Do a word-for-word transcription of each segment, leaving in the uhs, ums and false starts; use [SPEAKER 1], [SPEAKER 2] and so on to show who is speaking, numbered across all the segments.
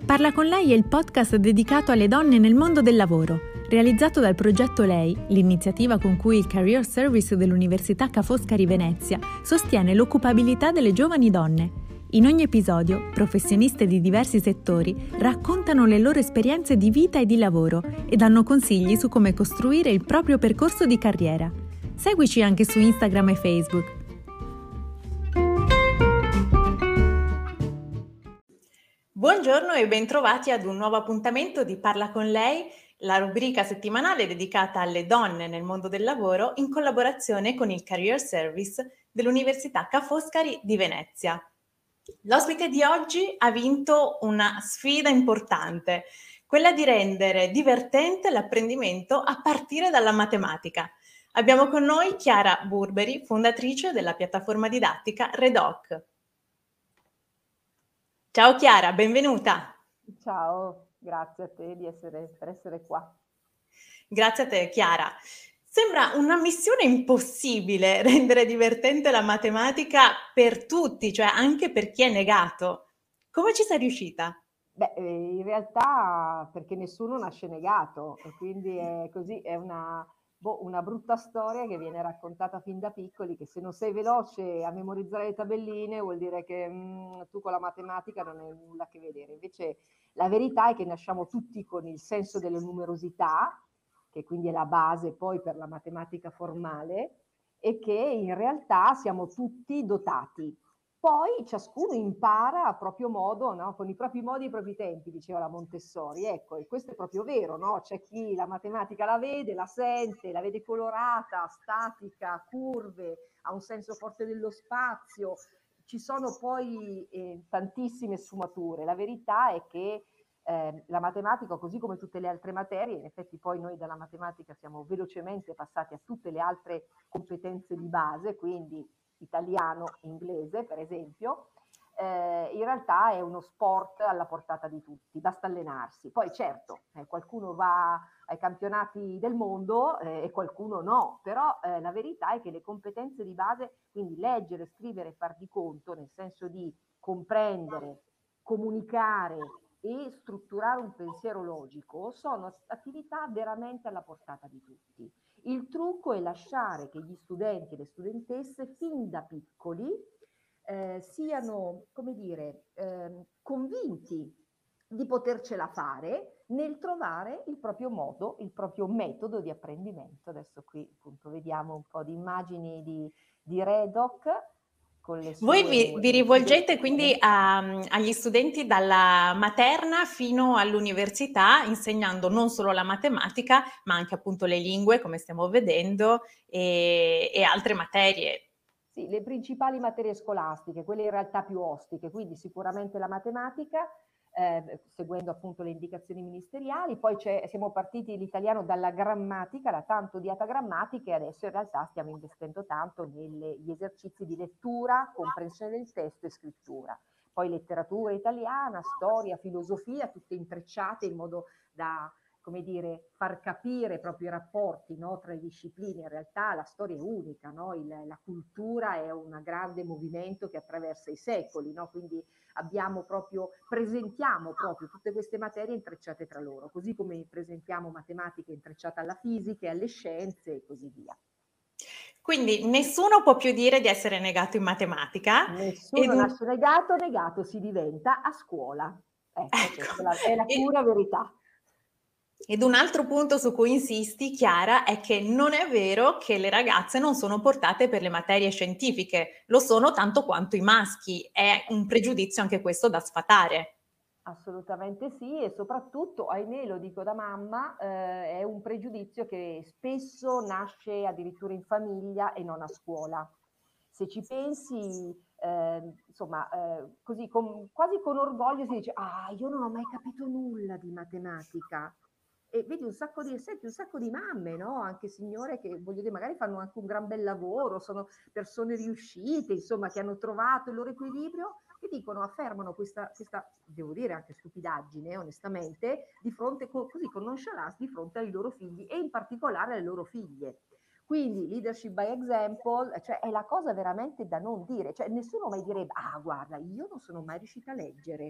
[SPEAKER 1] Parla con lei è il podcast dedicato alle donne nel mondo del lavoro, realizzato dal progetto Lei, l'iniziativa con cui il Career Service dell'Università Ca' Foscari Venezia sostiene l'occupabilità delle giovani donne. In ogni episodio, professioniste di diversi settori raccontano le loro esperienze di vita e di lavoro e danno consigli su come costruire il proprio percorso di carriera. Seguici anche su Instagram e Facebook. Buongiorno e bentrovati ad un nuovo appuntamento di Parla con lei, la rubrica settimanale dedicata alle donne nel mondo del lavoro in collaborazione con il Career Service dell'Università Ca' Foscari di Venezia. L'ospite di oggi ha vinto una sfida importante, quella di rendere divertente l'apprendimento a partire dalla matematica. Abbiamo con noi Chiara Burberi, fondatrice della piattaforma didattica Redoc. Ciao Chiara, benvenuta.
[SPEAKER 2] Ciao, grazie a te di essere, per essere qua.
[SPEAKER 1] Grazie a te Chiara. Sembra una missione impossibile rendere divertente la matematica per tutti, cioè anche per chi è negato. Come ci sei riuscita?
[SPEAKER 2] Beh, in realtà perché nessuno nasce negato, quindi è così, è una, boh, una brutta storia che viene raccontata fin da piccoli, che se non sei veloce a memorizzare le tabelline vuol dire che mm, tu con la matematica non hai nulla a che vedere. Invece la verità è che nasciamo tutti con il senso delle numerosità, che quindi è la base poi per la matematica formale, e che in realtà siamo tutti dotati. Poi ciascuno impara a proprio modo, no? Con i propri modi e i propri tempi, diceva la Montessori. Ecco, e questo è proprio vero, no? C'è chi la matematica la vede, la sente, la vede colorata, statica, curve, ha un senso forte dello spazio. Ci sono poi eh, tantissime sfumature. La verità è che eh, la matematica, così come tutte le altre materie, in effetti poi noi dalla matematica siamo velocemente passati a tutte le altre competenze di base, quindi italiano, inglese per esempio, eh, in realtà è uno sport alla portata di tutti, basta allenarsi. Poi certo, eh, qualcuno va ai campionati del mondo eh, e qualcuno no, però eh, la verità è che le competenze di base, quindi leggere, scrivere, far di conto, nel senso di comprendere, comunicare e strutturare un pensiero logico, sono attività veramente alla portata di tutti. Il trucco è lasciare che gli studenti e le studentesse fin da piccoli eh, siano, come dire, eh, convinti di potercela fare nel trovare il proprio modo, il proprio metodo di apprendimento. Adesso qui appunto vediamo un po' di immagini di, di Redoc. Con le
[SPEAKER 1] Voi
[SPEAKER 2] sue,
[SPEAKER 1] vi, vi rivolgete quindi a, agli studenti dalla materna fino all'università, insegnando non solo la matematica, ma anche appunto le lingue, come stiamo vedendo, e, e altre materie.
[SPEAKER 2] Sì, le principali materie scolastiche, quelle in realtà più ostiche, quindi sicuramente la matematica, eh, seguendo appunto le indicazioni ministeriali, poi siamo partiti l'italiano dalla grammatica, la tanto odiata grammatica, e adesso in realtà stiamo investendo tanto negli esercizi di lettura, comprensione del testo e scrittura. Poi letteratura italiana, storia, filosofia, tutte intrecciate in modo da, come dire, far capire proprio i rapporti, no, tra le discipline. In realtà la storia è unica, no? Il, la cultura è un grande movimento che attraversa i secoli, no? Quindi abbiamo proprio, presentiamo proprio tutte queste materie intrecciate tra loro, così come presentiamo matematica intrecciata alla fisica e alle scienze e così via.
[SPEAKER 1] Quindi nessuno può più dire di essere negato in matematica.
[SPEAKER 2] Nessuno
[SPEAKER 1] un...
[SPEAKER 2] nasce negato, negato si diventa a scuola. Ecco,
[SPEAKER 1] ecco.
[SPEAKER 2] questa è la, è la pura verità.
[SPEAKER 1] Ed un altro punto su cui insisti, Chiara, è che non è vero che le ragazze non sono portate per le materie scientifiche, lo sono tanto quanto i maschi. È un pregiudizio anche questo da sfatare.
[SPEAKER 2] Assolutamente sì, e soprattutto, ahimè, lo dico da mamma, eh, è un pregiudizio che spesso nasce addirittura in famiglia e non a scuola. Se ci pensi, eh, insomma, eh, così con, quasi con orgoglio si dice: ah, io non ho mai capito nulla di matematica. E vedi un sacco di, senti, un sacco di mamme, no? Anche signore che, voglio dire, magari fanno anche un gran bel lavoro, sono persone riuscite, insomma, che hanno trovato il loro equilibrio, che dicono, affermano questa, questa devo dire anche stupidaggine, onestamente, di fronte, così con nonchalance, di fronte ai loro figli e in particolare alle loro figlie. Quindi leadership by example, cioè è la cosa veramente da non dire, cioè nessuno mai direbbe: ah guarda, io non sono mai riuscita a leggere.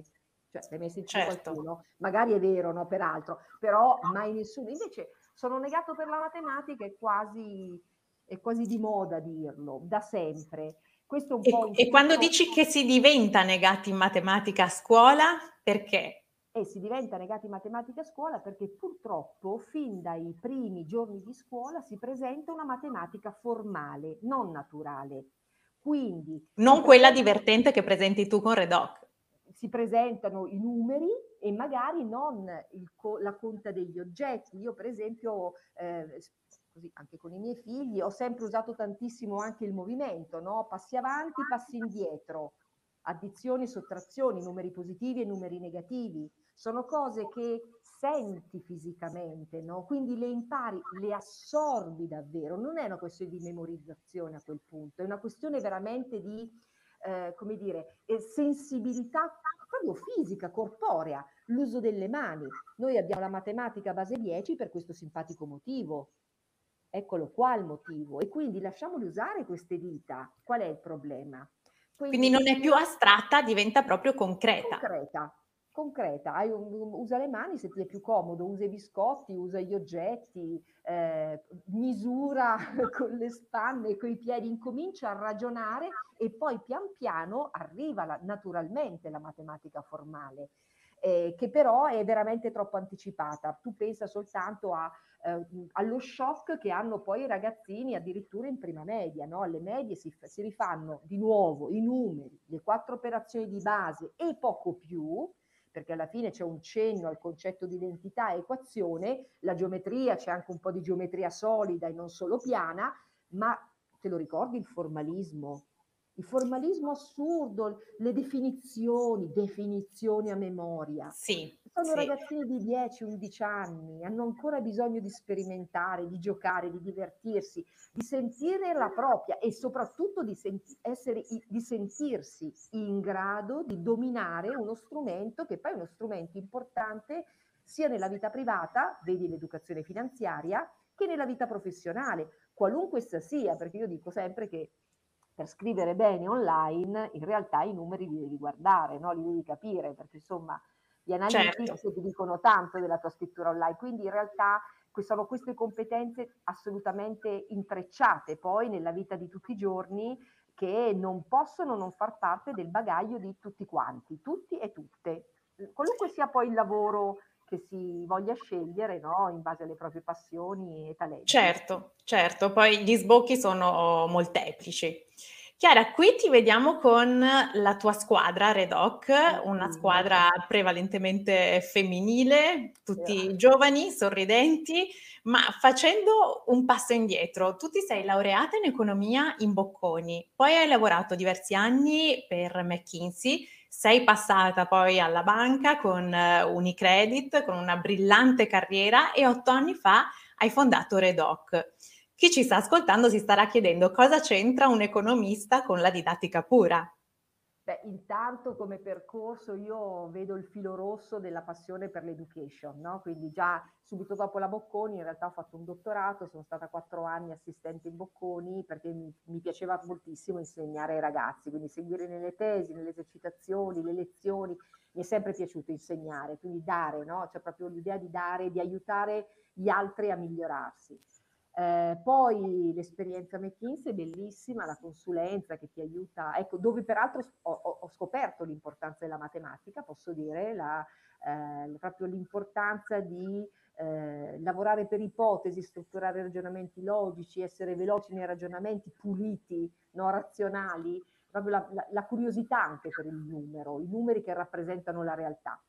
[SPEAKER 2] Cioè, l'hai mai sentito
[SPEAKER 1] certo.
[SPEAKER 2] qualcuno? Magari è vero, no, peraltro, però mai nessuno. Invece sono negato per la matematica, è quasi, è quasi di moda dirlo, da sempre. Questo è un po'
[SPEAKER 1] E,
[SPEAKER 2] un
[SPEAKER 1] e quando
[SPEAKER 2] frutto.
[SPEAKER 1] dici che si diventa negati in matematica a scuola, perché?
[SPEAKER 2] E si diventa negati in matematica a scuola perché purtroppo fin dai primi giorni di scuola si presenta una matematica formale, non naturale. Quindi si
[SPEAKER 1] Non quella
[SPEAKER 2] presenta
[SPEAKER 1] divertente che presenti tu con Redoc.
[SPEAKER 2] si presentano i numeri e magari non il co- la conta degli oggetti. Io per esempio, eh, così anche con i miei figli, ho sempre usato tantissimo anche il movimento, no? Passi avanti, passi indietro, addizioni, sottrazioni, numeri positivi e numeri negativi. Sono cose che senti fisicamente, no? Quindi le impari, le assorbi davvero. Non è una questione di memorizzazione a quel punto, è una questione veramente di eh, come dire, eh, sensibilità proprio fisica, corporea, l'uso delle mani. Noi abbiamo la matematica base dieci per questo simpatico motivo. Eccolo qua il motivo. E quindi lasciamoli usare queste dita. Qual è il problema?
[SPEAKER 1] Quindi
[SPEAKER 2] Quindi
[SPEAKER 1] non è più astratta, diventa proprio concreta.
[SPEAKER 2] concreta, concreta. Hai un, usa le mani se ti è più comodo, usa i biscotti, usa gli oggetti, eh, misura con le spanne, con i piedi, incomincia a ragionare e poi pian piano arriva la, naturalmente la matematica formale. Eh, che però è veramente troppo anticipata. Tu pensa soltanto a, eh, allo shock che hanno poi i ragazzini addirittura in prima media, no? Alle medie si, si rifanno di nuovo i numeri, le quattro operazioni di base e poco più, perché alla fine c'è un cenno al concetto di identità e equazione, la geometria, c'è anche un po' di geometria solida e non solo piana, ma te lo ricordi il formalismo? Il formalismo assurdo, le definizioni, definizioni a memoria.
[SPEAKER 1] Sì,
[SPEAKER 2] Sono
[SPEAKER 1] sì.
[SPEAKER 2] ragazzini di dieci undici anni, hanno ancora bisogno di sperimentare, di giocare, di divertirsi, di sentire la propria e soprattutto di, senti- essere, di sentirsi in grado di dominare uno strumento che poi è uno strumento importante sia nella vita privata, vedi l'educazione finanziaria, che nella vita professionale, qualunque essa sia, perché io dico sempre che per scrivere bene online in realtà i numeri li devi guardare, no? Li devi capire, perché insomma gli
[SPEAKER 1] Certo.
[SPEAKER 2] analytics ti dicono tanto della tua scrittura online, quindi in realtà sono queste competenze assolutamente intrecciate poi nella vita di tutti i giorni che non possono non far parte del bagaglio di tutti quanti, tutti e tutte. Qualunque sia poi il lavoro che si voglia scegliere, no? In base alle proprie passioni e talenti.
[SPEAKER 1] Certo, certo, poi gli sbocchi sono molteplici. Chiara, qui ti vediamo con la tua squadra Redoc, una
[SPEAKER 2] Sì,
[SPEAKER 1] squadra prevalentemente femminile, tutti
[SPEAKER 2] vero.
[SPEAKER 1] giovani, sorridenti, ma facendo un passo indietro. Tu ti sei laureata in economia in Bocconi, poi hai lavorato diversi anni per McKinsey, sei passata poi alla banca con eh, Unicredit, con una brillante carriera e otto anni fa hai fondato Redoc. Chi ci sta ascoltando si starà chiedendo cosa c'entra un economista con la didattica pura.
[SPEAKER 2] Beh, intanto come percorso io vedo il filo rosso della passione per l'education, no? Quindi già subito dopo la Bocconi in realtà ho fatto un dottorato, sono stata quattro anni assistente in Bocconi perché mi, mi piaceva moltissimo insegnare ai ragazzi, quindi seguire nelle tesi, nelle esercitazioni, le lezioni, mi è sempre piaciuto insegnare, quindi dare, no? C'è proprio l'idea di dare, di aiutare gli altri a migliorarsi. Eh, poi l'esperienza McKinsey è bellissima, la consulenza che ti aiuta, ecco, dove peraltro ho, ho scoperto l'importanza della matematica, posso dire, la, eh, proprio l'importanza di eh, lavorare per ipotesi, strutturare ragionamenti logici, essere veloci nei ragionamenti, puliti, no, razionali, proprio la, la, la curiosità anche per il numero, i numeri che rappresentano la realtà.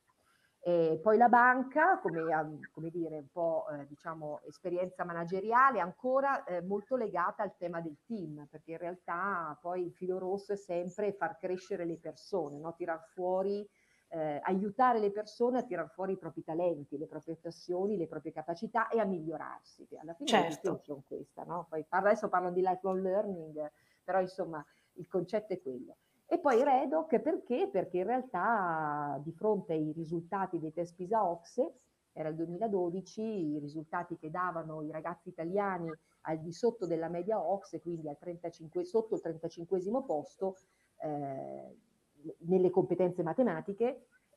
[SPEAKER 2] E poi la banca, come, come dire, un po' eh, diciamo esperienza manageriale, ancora eh, molto legata al tema del team, perché in realtà poi il filo rosso è sempre far crescere le persone, no? Tirar fuori, eh, aiutare le persone a tirar fuori i propri talenti, le proprie passioni, le proprie capacità e a migliorarsi. Alla fine è
[SPEAKER 1] Certo.
[SPEAKER 2] l'education questa, no? Poi adesso parlo di lifelong learning, però insomma il concetto è quello. E poi Redoc perché? Perché in realtà di fronte ai risultati dei test PISA-OCSE, era il duemiladodici, i risultati che davano i ragazzi italiani al di sotto della media OCSE, quindi al trentacinque, sotto il trentacinquesimo posto eh, nelle competenze matematiche,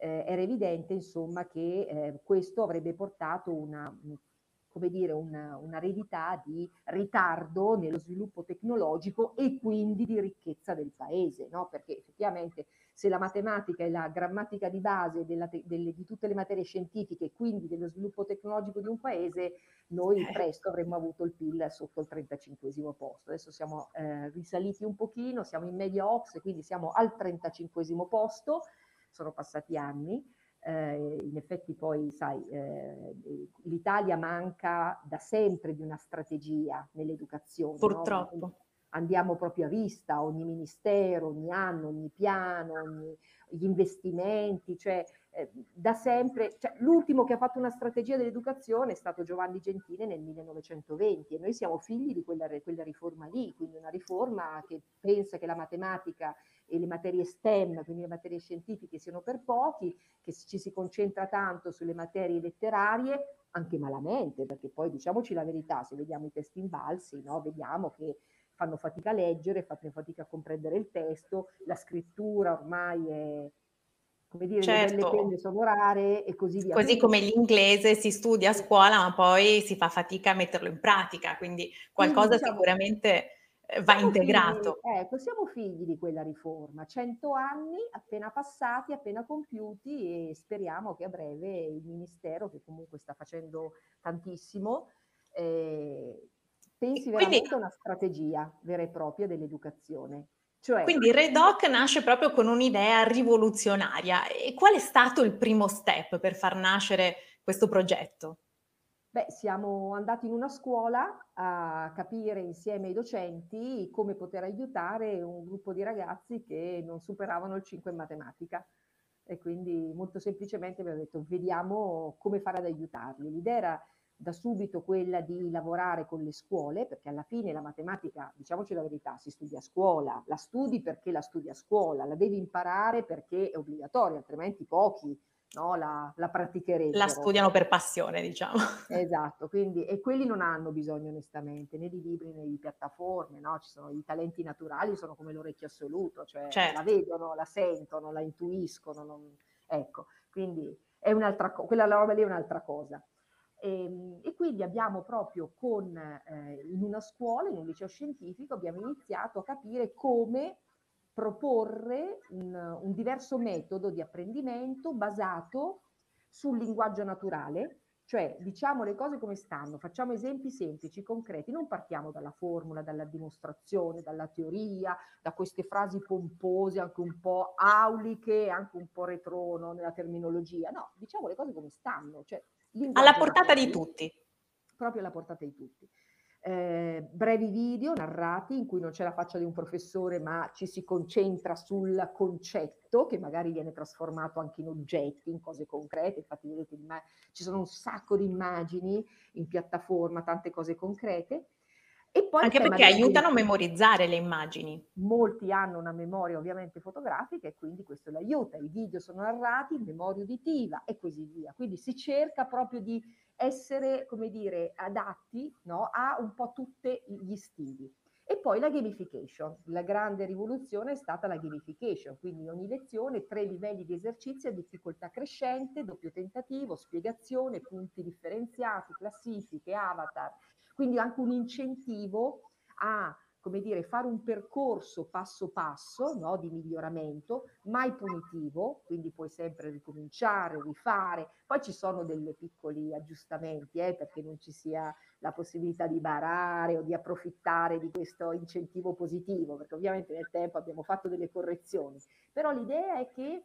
[SPEAKER 2] eh, era evidente insomma che eh, questo avrebbe portato una, come dire, una, un'eredità di ritardo nello sviluppo tecnologico e quindi di ricchezza del paese, no? Perché effettivamente se la matematica è la grammatica di base della te- delle, di tutte le materie scientifiche e quindi dello sviluppo tecnologico di un paese, noi
[SPEAKER 1] Eh,
[SPEAKER 2] presto avremmo avuto il P I L sotto il trentacinquesimo posto. Adesso siamo eh, risaliti un pochino, siamo in media O C S E, quindi siamo al trentacinquesimo posto, sono passati anni. Eh, in effetti poi, sai, eh, l'Italia manca da sempre di una strategia nell'educazione, no?
[SPEAKER 1] Purtroppo.
[SPEAKER 2] Andiamo proprio a vista, ogni ministero, ogni anno, ogni piano, ogni, gli investimenti, cioè eh, da sempre, cioè, l'ultimo che ha fatto una strategia dell'educazione è stato Giovanni Gentile nel millenovecentoventi e noi siamo figli di quella, quella riforma lì, quindi una riforma che pensa che la matematica e le materie STEM, quindi le materie scientifiche, siano per pochi, che ci si concentra tanto sulle materie letterarie, anche malamente, perché poi diciamoci la verità, se vediamo i testi invalsi, no, vediamo che fanno fatica a leggere, fanno fatica a comprendere il testo, la scrittura ormai è, come dire, le belle
[SPEAKER 1] Certo,
[SPEAKER 2] penne sono rare e così via.
[SPEAKER 1] così
[SPEAKER 2] Quindi
[SPEAKER 1] come l'inglese si studia a scuola, ma poi si fa fatica a metterlo in pratica, quindi
[SPEAKER 2] quindi
[SPEAKER 1] qualcosa
[SPEAKER 2] diciamo,
[SPEAKER 1] sicuramente, ehm, va
[SPEAKER 2] siamo figli,
[SPEAKER 1] integrato.
[SPEAKER 2] ecco, siamo figli di quella riforma, cento anni appena passati, appena compiuti e speriamo che a breve il Ministero, che comunque sta facendo tantissimo, eh,
[SPEAKER 1] E
[SPEAKER 2] pensi
[SPEAKER 1] quindi
[SPEAKER 2] veramente a una strategia vera e propria dell'educazione. Cioè,
[SPEAKER 1] quindi Redoc nasce proprio con un'idea rivoluzionaria. E qual è stato il primo step per far nascere questo progetto?
[SPEAKER 2] beh, siamo andati in una scuola a capire insieme ai docenti come poter aiutare un gruppo di ragazzi che non superavano il cinque in matematica. E quindi molto semplicemente abbiamo detto vediamo come fare ad aiutarli. L'idea era da subito quella di lavorare con le scuole, perché alla fine la matematica, diciamoci la verità, si studia a scuola, la studi perché la studi a scuola, la devi imparare perché è obbligatoria, altrimenti pochi, no, la, la
[SPEAKER 1] La
[SPEAKER 2] praticherebbero.
[SPEAKER 1] studiano per passione, diciamo.
[SPEAKER 2] Esatto, quindi e quelli non hanno bisogno onestamente né di libri né di piattaforme, no? Ci sono i talenti naturali, sono come l'orecchio assoluto, cioè la
[SPEAKER 1] Certo.
[SPEAKER 2] vedono, la sentono, la intuiscono, non- ecco, quindi è un'altra cosa, quella roba lì è un'altra cosa. E, e quindi abbiamo proprio con, eh, in una scuola, in un liceo scientifico, abbiamo iniziato a capire come proporre un, un diverso metodo di apprendimento basato sul linguaggio naturale, cioè diciamo le cose come stanno, facciamo esempi semplici, concreti, non partiamo dalla formula, dalla dimostrazione, dalla teoria, da queste frasi pompose, anche un po' auliche, anche un po' retro, no, nella terminologia, no, diciamo le cose come stanno, cioè
[SPEAKER 1] Alla
[SPEAKER 2] linguaggio
[SPEAKER 1] portata di
[SPEAKER 2] naturale,
[SPEAKER 1] tutti.
[SPEAKER 2] proprio alla portata di tutti. Eh, brevi video narrati in cui non c'è la faccia di un professore ma ci si concentra sul concetto che magari viene trasformato anche in oggetti, in cose concrete, infatti vedete ci sono un sacco di immagini in piattaforma, tante cose concrete e poi il
[SPEAKER 1] Anche
[SPEAKER 2] tema
[SPEAKER 1] perché
[SPEAKER 2] della
[SPEAKER 1] aiutano a
[SPEAKER 2] gamification.
[SPEAKER 1] memorizzare le immagini.
[SPEAKER 2] Molti hanno una memoria ovviamente fotografica e quindi questo l'aiuta, i video sono narrati, memoria uditiva e così via. Quindi si cerca proprio di essere, come dire, adatti, no, a un po' tutti gli stili. E poi la gamification, la grande rivoluzione è stata la gamification, quindi ogni lezione tre livelli di esercizio a difficoltà crescente, doppio tentativo, spiegazione, punti differenziati, classifiche, avatar, quindi anche un incentivo a, come dire, fare un percorso passo passo, no, di miglioramento, mai punitivo, quindi puoi sempre ricominciare, rifare, poi ci sono dei piccoli aggiustamenti, eh, perché non ci sia la possibilità di barare o di approfittare di questo incentivo positivo, perché ovviamente nel tempo abbiamo fatto delle correzioni, però l'idea è che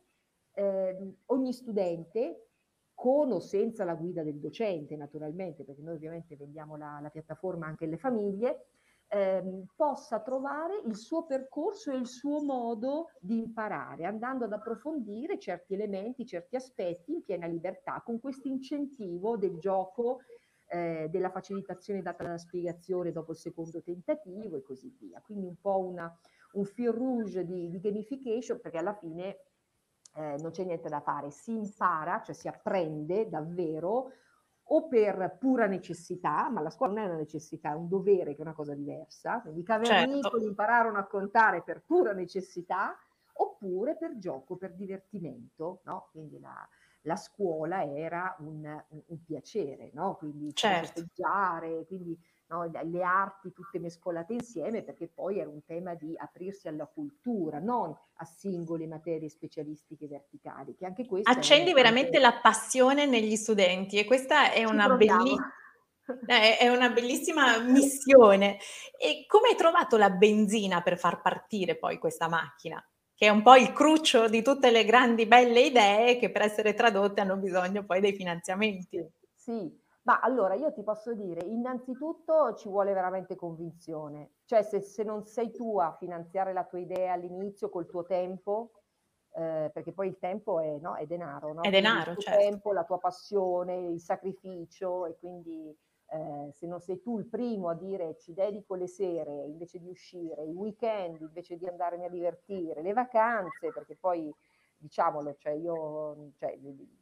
[SPEAKER 2] eh, ogni studente, con o senza la guida del docente naturalmente, perché noi ovviamente vendiamo la, la piattaforma anche alle famiglie, ehm, possa trovare il suo percorso e il suo modo di imparare, andando ad approfondire certi elementi, certi aspetti in piena libertà, con questo incentivo del gioco, eh, della facilitazione data dalla spiegazione dopo il secondo tentativo e così via. Quindi un po' una, un fil rouge di, di gamification, perché alla fine eh, non c'è niente da fare, si impara, cioè si apprende davvero o per pura necessità, ma la scuola non è una necessità, è un dovere che è una cosa diversa, quindi i
[SPEAKER 1] Certo.
[SPEAKER 2] cavernicoli impararono a contare per pura necessità, oppure per gioco, per divertimento, no? Quindi la, la scuola era un, un, un piacere, no? Quindi
[SPEAKER 1] Certo.
[SPEAKER 2] filosofeggiare, quindi no, le arti tutte mescolate insieme, perché poi era un tema di aprirsi alla cultura, non a singole materie specialistiche verticali, che anche queste hanno
[SPEAKER 1] Accendi veramente
[SPEAKER 2] tante...
[SPEAKER 1] la passione negli studenti e questa è
[SPEAKER 2] Ci
[SPEAKER 1] una
[SPEAKER 2] proviamo.
[SPEAKER 1] belli è è una bellissima missione. E come hai trovato la benzina per far partire poi questa macchina? Che è un po' il cruccio di tutte le grandi belle idee che per essere tradotte hanno bisogno poi dei finanziamenti.
[SPEAKER 2] Sì, sì. Ma allora io ti posso dire, innanzitutto ci vuole veramente convinzione, cioè se, se non sei tu a finanziare la tua idea all'inizio col tuo tempo, eh, perché poi il tempo è, no, è denaro,
[SPEAKER 1] È
[SPEAKER 2] no? Quindi il
[SPEAKER 1] denaro,
[SPEAKER 2] tuo
[SPEAKER 1] certo.
[SPEAKER 2] tempo, la tua passione, il sacrificio, e quindi eh, se non sei tu il primo a dire ci dedico le sere invece di uscire, i weekend invece di andarmi a divertire, le vacanze, perché poi diciamolo, cioè io, cioè,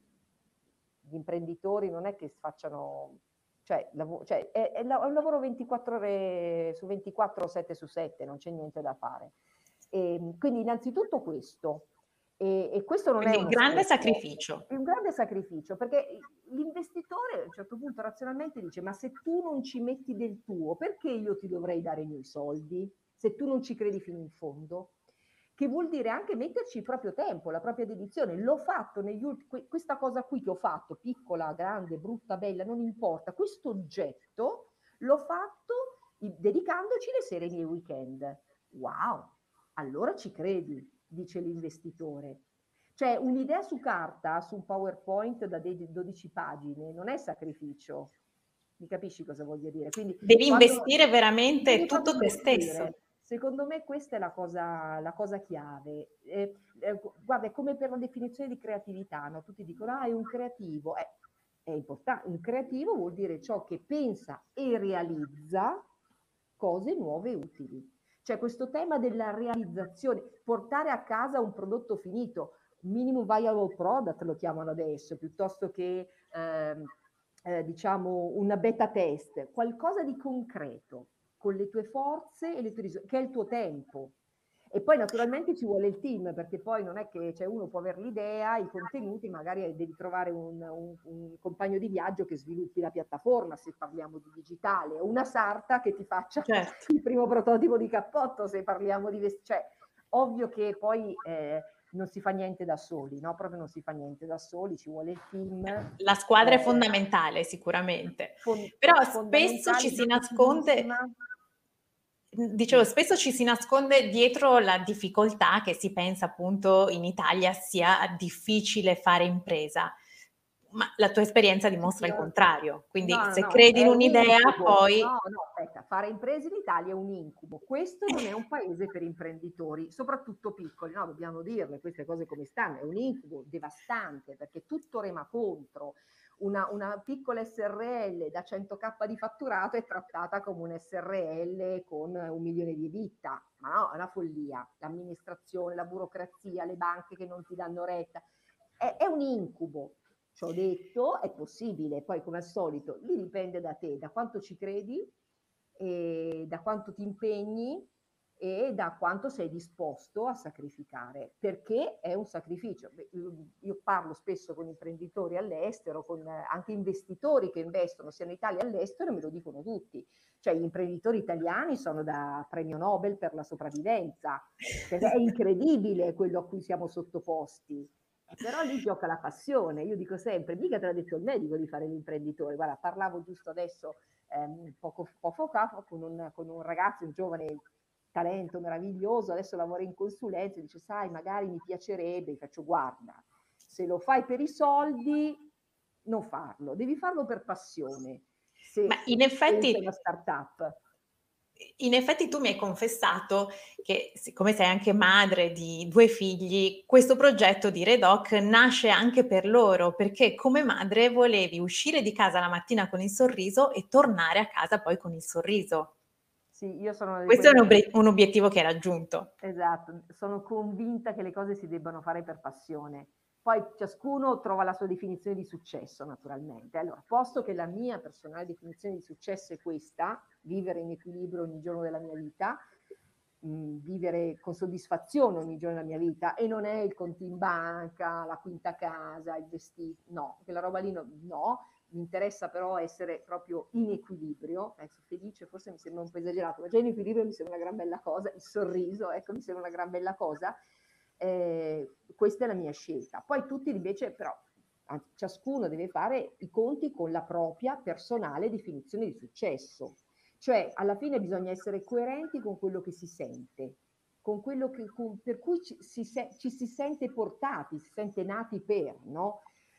[SPEAKER 2] gli imprenditori non è che facciano, cioè, lav- cioè è, è, la- è un lavoro ventiquattro ore su ventiquattro, sette su sette, non c'è niente da fare. E, quindi innanzitutto questo, e, e questo non è
[SPEAKER 1] Quindi
[SPEAKER 2] uno
[SPEAKER 1] grande
[SPEAKER 2] scherzo,
[SPEAKER 1] sacrificio.
[SPEAKER 2] è un grande sacrificio, perché l'investitore a un certo punto razionalmente dice: ma se tu non ci metti del tuo, perché io ti dovrei dare i miei soldi? Se tu non ci credi fino in fondo? Che vuol dire anche metterci il proprio tempo, la propria dedizione. L'ho fatto negli ultimi, questa cosa qui che ho fatto, piccola, grande, brutta, bella, non importa, questo oggetto l'ho fatto dedicandoci le sere ai miei weekend. Wow, allora ci credi, dice l'investitore. Cioè un'idea su carta, su un PowerPoint da dodici pagine, non è sacrificio. Mi capisci cosa voglio dire? Quindi
[SPEAKER 1] Devi
[SPEAKER 2] quando
[SPEAKER 1] investire veramente
[SPEAKER 2] devi proprio
[SPEAKER 1] tutto te stesso.
[SPEAKER 2] investire, secondo me questa è la cosa, la cosa chiave. Eh, eh, guarda, è come per la definizione di creatività, no? Tutti dicono, ah, è un creativo. Eh, è importante. Un creativo vuol dire ciò che pensa e realizza cose nuove e utili. Cioè questo tema della realizzazione, portare a casa un prodotto finito, minimum viable product lo chiamano adesso, piuttosto che ehm, eh, diciamo una beta test, qualcosa di concreto, con le tue forze e le tue risorse, che è il tuo tempo. E poi naturalmente ci vuole il team, perché poi non è che cioè, uno può avere l'idea, i contenuti, magari devi trovare un, un, un compagno di viaggio che sviluppi la piattaforma, se parliamo di digitale, o una sarta che ti faccia
[SPEAKER 1] Certo.
[SPEAKER 2] il primo prototipo di cappotto, se parliamo di vestiti. Cioè, ovvio che poi eh, non si fa niente da soli, no? Proprio non si fa niente da soli, ci vuole il team.
[SPEAKER 1] La squadra è
[SPEAKER 2] Eh,
[SPEAKER 1] fondamentale sicuramente,
[SPEAKER 2] fon-
[SPEAKER 1] però spesso ci
[SPEAKER 2] fondamentale,
[SPEAKER 1] si nasconde
[SPEAKER 2] difficilissima.
[SPEAKER 1] mhmm, dicevo,
[SPEAKER 2] Sì.
[SPEAKER 1] spesso ci si nasconde dietro la difficoltà che si pensa appunto in Italia sia difficile fare impresa, ma la tua esperienza dimostra il
[SPEAKER 2] No,
[SPEAKER 1] contrario. Quindi
[SPEAKER 2] no, no,
[SPEAKER 1] se
[SPEAKER 2] no, è,
[SPEAKER 1] credi in
[SPEAKER 2] è un
[SPEAKER 1] un'idea
[SPEAKER 2] incubo.
[SPEAKER 1] poi
[SPEAKER 2] No, no, aspetta, fare imprese in Italia è un incubo. Questo non è un paese per imprenditori, soprattutto piccoli, no, dobbiamo dirle queste cose come stanno. È un incubo devastante perché tutto rema contro. Una, una piccola S R L da cento k di fatturato è trattata come un S R L con un milione di EBITDA, ma no, è una follia. L'amministrazione, la burocrazia, le banche che non ti danno retta, è, è un incubo. Ci ho detto, è possibile, poi come al solito, lì dipende da te, da quanto ci credi, e da quanto ti impegni e da quanto sei disposto a sacrificare, perché è un sacrificio. Io parlo spesso con imprenditori all'estero, con anche investitori che investono sia in Italia che all'estero, e me lo dicono tutti. Cioè gli imprenditori italiani sono da premio Nobel per la sopravvivenza, perché è incredibile quello a cui siamo sottoposti. Eh, però lì gioca la passione. Io dico sempre, mica te l'ha detto il medico di fare l'imprenditore. Guarda, parlavo giusto adesso, ehm, poco, poco fa, con un, con un ragazzo, un giovane talento meraviglioso, adesso lavora in consulenza, dice, sai, magari mi piacerebbe, gli faccio, guarda, se lo fai per i soldi, non farlo, devi farlo per passione.
[SPEAKER 1] ma
[SPEAKER 2] Se,
[SPEAKER 1] in
[SPEAKER 2] se pensi a
[SPEAKER 1] effetti
[SPEAKER 2] una startup.
[SPEAKER 1] In effetti tu mi hai confessato che, siccome sei anche madre di due figli, questo progetto di Redoc nasce anche per loro, perché come madre volevi uscire di casa la mattina con il sorriso e tornare a casa poi con il sorriso.
[SPEAKER 2] Sì, io sono una di
[SPEAKER 1] Questo è un
[SPEAKER 2] quelle che...
[SPEAKER 1] obe un obiettivo che hai raggiunto.
[SPEAKER 2] Esatto, sono convinta che le cose si debbano fare per passione. Poi ciascuno trova la sua definizione di successo, naturalmente. Allora, posto che la mia personale definizione di successo è questa, vivere in equilibrio ogni giorno della mia vita, mh, vivere con soddisfazione ogni giorno della mia vita, e non è il conto in banca, la quinta casa, il vestito, no, quella roba lì no, no. Mi interessa però essere proprio in equilibrio, adesso felice forse mi sembra un po' esagerato, ma già in equilibrio mi sembra una gran bella cosa, il sorriso, ecco, mi sembra una gran bella cosa, eh, questa è la mia scelta. Poi tutti invece però, anzi, ciascuno deve fare i conti con la propria personale definizione di successo, cioè alla fine bisogna essere coerenti con quello che si sente, con quello che, con, per cui ci si, ci si sente portati, si sente nati per, no?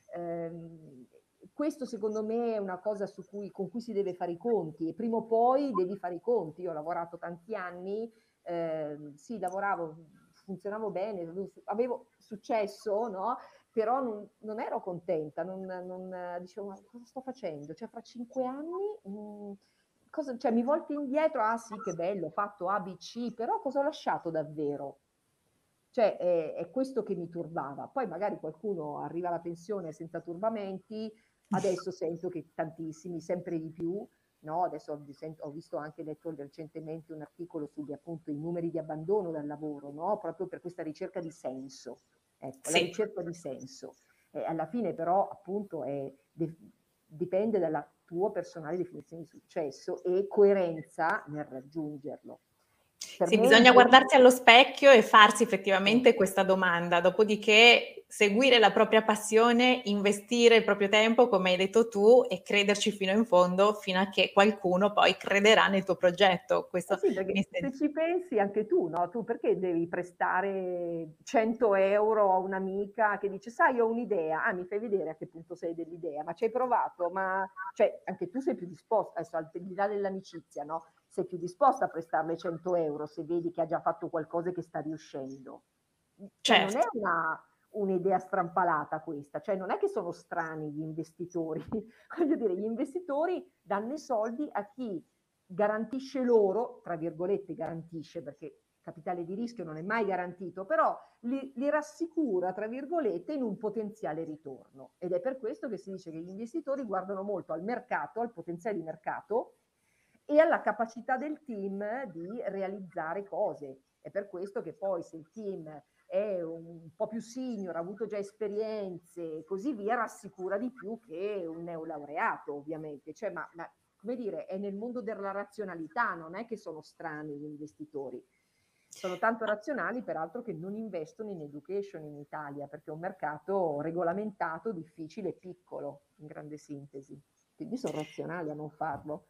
[SPEAKER 2] Ehm, questo secondo me è una cosa su cui, con cui si deve fare i conti, e prima o poi devi fare i conti. Io ho lavorato tanti anni, eh, sì, lavoravo, funzionavo bene, avevo successo, no? Però non, non ero contenta, non, non dicevo, ma cosa sto facendo? Cioè, fra cinque anni, mh, cosa, cioè, mi volto indietro, ah sì, che bello, ho fatto A, B, C, però cosa ho lasciato davvero? Cioè, è, è questo che mi turbava. Poi magari qualcuno arriva alla pensione senza turbamenti, adesso sento che tantissimi, sempre di più, no? Adesso ho, ho visto anche, letto recentemente un articolo sugli appunto i numeri di abbandono dal lavoro, no? Proprio per questa ricerca di senso. Ecco, la
[SPEAKER 1] Sì.
[SPEAKER 2] ricerca di senso. Eh, alla fine però appunto è, de, dipende dalla tua personale definizione di successo e coerenza nel raggiungerlo.
[SPEAKER 1] Per sì, bisogna guardarsi allo specchio e farsi effettivamente questa domanda, dopodiché seguire la propria passione, investire il proprio tempo, come hai detto tu, e crederci fino in fondo, fino a che qualcuno poi crederà nel tuo progetto. Questo
[SPEAKER 2] eh sì, perché se ci pensi anche tu, no? Tu perché devi prestare cento euro a un'amica che dice, sai, ho un'idea, ah, mi fai vedere a che punto sei dell'idea, ma ci hai provato, ma cioè anche tu sei più disposta, adesso al di là dell'amicizia, no? Sei più disposta a prestarle cento euro se vedi che ha già fatto qualcosa che sta riuscendo. Cioè certo. Non è una, un'idea strampalata questa, cioè non è che sono strani gli investitori, voglio dire, gli investitori danno i soldi a chi garantisce loro, tra virgolette garantisce, perché capitale di rischio non è mai garantito, però li, li rassicura, tra virgolette, in un potenziale ritorno. Ed è per questo che si dice che gli investitori guardano molto al mercato, al potenziale di mercato e alla capacità del team di realizzare cose. È per questo che poi se il team è un po' più senior, ha avuto già esperienze e così via, rassicura di più che un neolaureato, ovviamente. Cioè, ma, ma come dire, è nel mondo della razionalità, non è che sono strani gli investitori. Sono tanto razionali, peraltro, che non investono in education in Italia, perché è un mercato regolamentato, difficile e piccolo, in grande sintesi. Quindi sono razionali a non farlo.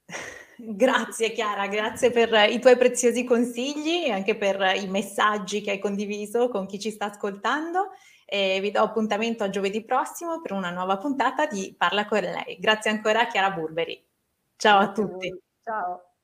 [SPEAKER 1] Grazie Chiara, grazie per i tuoi preziosi consigli e anche per i messaggi che hai condiviso con chi ci sta ascoltando. E vi do appuntamento a giovedì prossimo per una nuova puntata di Parla con lei. Grazie ancora Chiara Burberi. Ciao
[SPEAKER 2] Grazie
[SPEAKER 1] a tutti.
[SPEAKER 2] A voi. Ciao.